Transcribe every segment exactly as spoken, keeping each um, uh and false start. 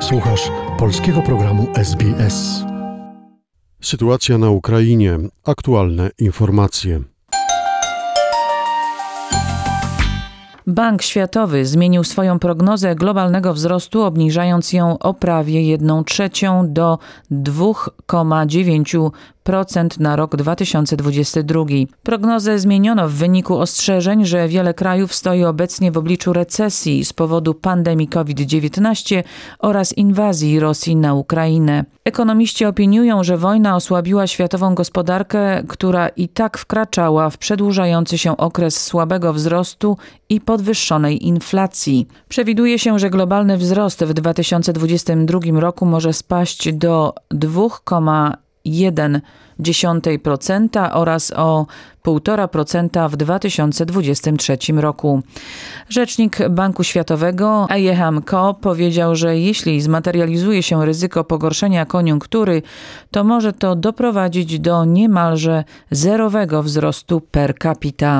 Słuchasz polskiego programu S B S. Sytuacja na Ukrainie. Aktualne informacje. Bank Światowy zmienił swoją prognozę globalnego wzrostu, obniżając ją o prawie jedną trzecią do dwa przecinek dziewięć procent na rok dwa tysiące dwudziesty drugi. Prognozę zmieniono w wyniku ostrzeżeń, że wiele krajów stoi obecnie w obliczu recesji z powodu pandemii COVID dziewiętnaście oraz inwazji Rosji na Ukrainę. Ekonomiści opiniują, że wojna osłabiła światową gospodarkę, która i tak wkraczała w przedłużający się okres słabego wzrostu i podwyższonej inflacji. Przewiduje się, że globalny wzrost w dwa tysiące dwudziestym drugim roku może spaść do dwa przecinek jeden procent oraz o pół procent w dwa tysiące dwudziestym trzecim roku. Rzecznik Banku Światowego Ayeham Ko powiedział, że jeśli zmaterializuje się ryzyko pogorszenia koniunktury, to może to doprowadzić do niemalże zerowego wzrostu per capita.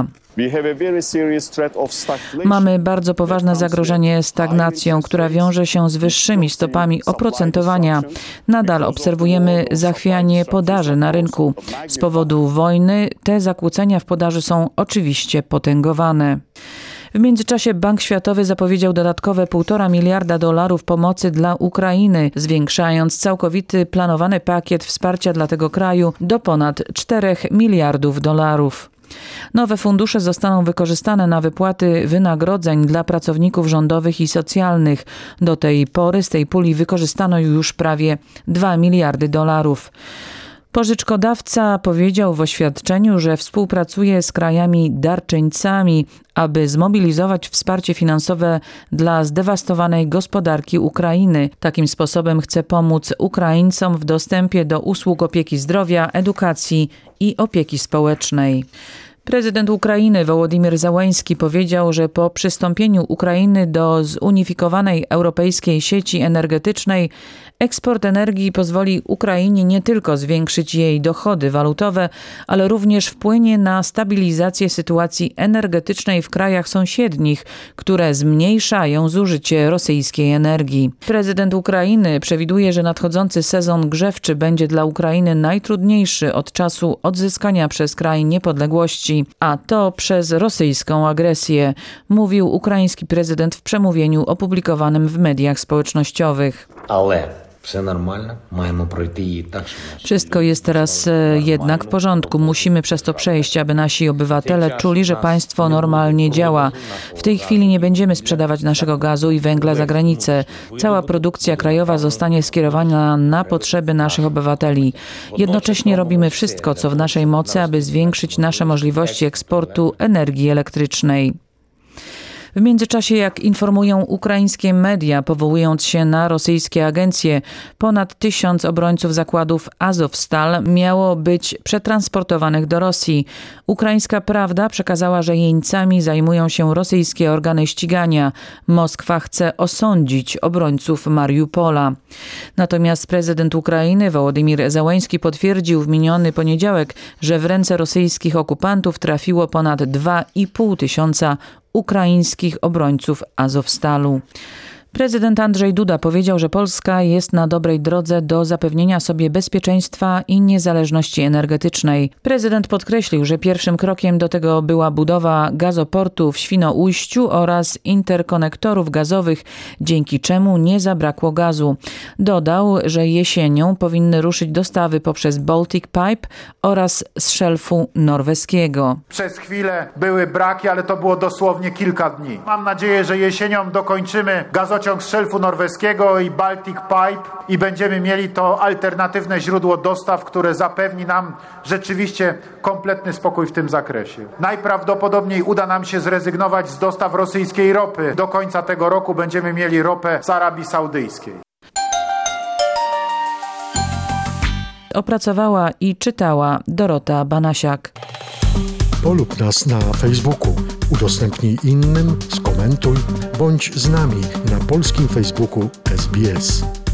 Mamy bardzo poważne zagrożenie stagnacją, która wiąże się z wyższymi stopami oprocentowania. Nadal obserwujemy zachwianie podaży na rynku. Z powodu wojny te zakłócenia w podaży są oczywiście potęgowane. W międzyczasie Bank Światowy zapowiedział dodatkowe półtora miliarda dolarów pomocy dla Ukrainy, zwiększając całkowity planowany pakiet wsparcia dla tego kraju do ponad czterech miliardów dolarów. Nowe fundusze zostaną wykorzystane na wypłaty wynagrodzeń dla pracowników rządowych i socjalnych. Do tej pory z tej puli wykorzystano już prawie dwa miliardy dolarów. Pożyczkodawca powiedział w oświadczeniu, że współpracuje z krajami darczyńcami, aby zmobilizować wsparcie finansowe dla zdewastowanej gospodarki Ukrainy. Takim sposobem chce pomóc Ukraińcom w dostępie do usług opieki zdrowia, edukacji i opieki społecznej. Prezydent Ukrainy Wołodymyr Zełenski powiedział, że po przystąpieniu Ukrainy do zunifikowanej europejskiej sieci energetycznej eksport energii pozwoli Ukrainie nie tylko zwiększyć jej dochody walutowe, ale również wpłynie na stabilizację sytuacji energetycznej w krajach sąsiednich, które zmniejszają zużycie rosyjskiej energii. Prezydent Ukrainy przewiduje, że nadchodzący sezon grzewczy będzie dla Ukrainy najtrudniejszy od czasu odzyskania przez kraj niepodległości, a to przez rosyjską agresję, mówił ukraiński prezydent w przemówieniu opublikowanym w mediach społecznościowych. Ale... Wszystko jest teraz jednak w porządku. Musimy przez to przejść, aby nasi obywatele czuli, że państwo normalnie działa. W tej chwili nie będziemy sprzedawać naszego gazu i węgla za granicę. Cała produkcja krajowa zostanie skierowana na potrzeby naszych obywateli. Jednocześnie robimy wszystko, co w naszej mocy, aby zwiększyć nasze możliwości eksportu energii elektrycznej. W międzyczasie, jak informują ukraińskie media, powołując się na rosyjskie agencje, ponad tysiąc obrońców zakładów Azovstal miało być przetransportowanych do Rosji. Ukraińska Prawda przekazała, że jeńcami zajmują się rosyjskie organy ścigania. Moskwa chce osądzić obrońców Mariupola. Natomiast prezydent Ukrainy Wołodymyr Zełenski potwierdził w miniony poniedziałek, że w ręce rosyjskich okupantów trafiło ponad dwa i pół tysiąca ukraińskich obrońców Azowstalu. Prezydent Andrzej Duda powiedział, że Polska jest na dobrej drodze do zapewnienia sobie bezpieczeństwa i niezależności energetycznej. Prezydent podkreślił, że pierwszym krokiem do tego była budowa gazoportu w Świnoujściu oraz interkonektorów gazowych, dzięki czemu nie zabrakło gazu. Dodał, że jesienią powinny ruszyć dostawy poprzez Baltic Pipe oraz z szelfu norweskiego. Przez chwilę były braki, ale to było dosłownie kilka dni. Mam nadzieję, że jesienią dokończymy gazociąg z szelfu norweskiego i Baltic Pipe i będziemy mieli to alternatywne źródło dostaw, które zapewni nam rzeczywiście kompletny spokój w tym zakresie. Najprawdopodobniej uda nam się zrezygnować z dostaw rosyjskiej ropy. Do końca tego roku będziemy mieli ropę z Arabii Saudyjskiej. Opracowała i czytała Dorota Banasiak. Polub nas na Facebooku, udostępnij innym, skomentuj, bądź z nami na polskim Facebooku S B S.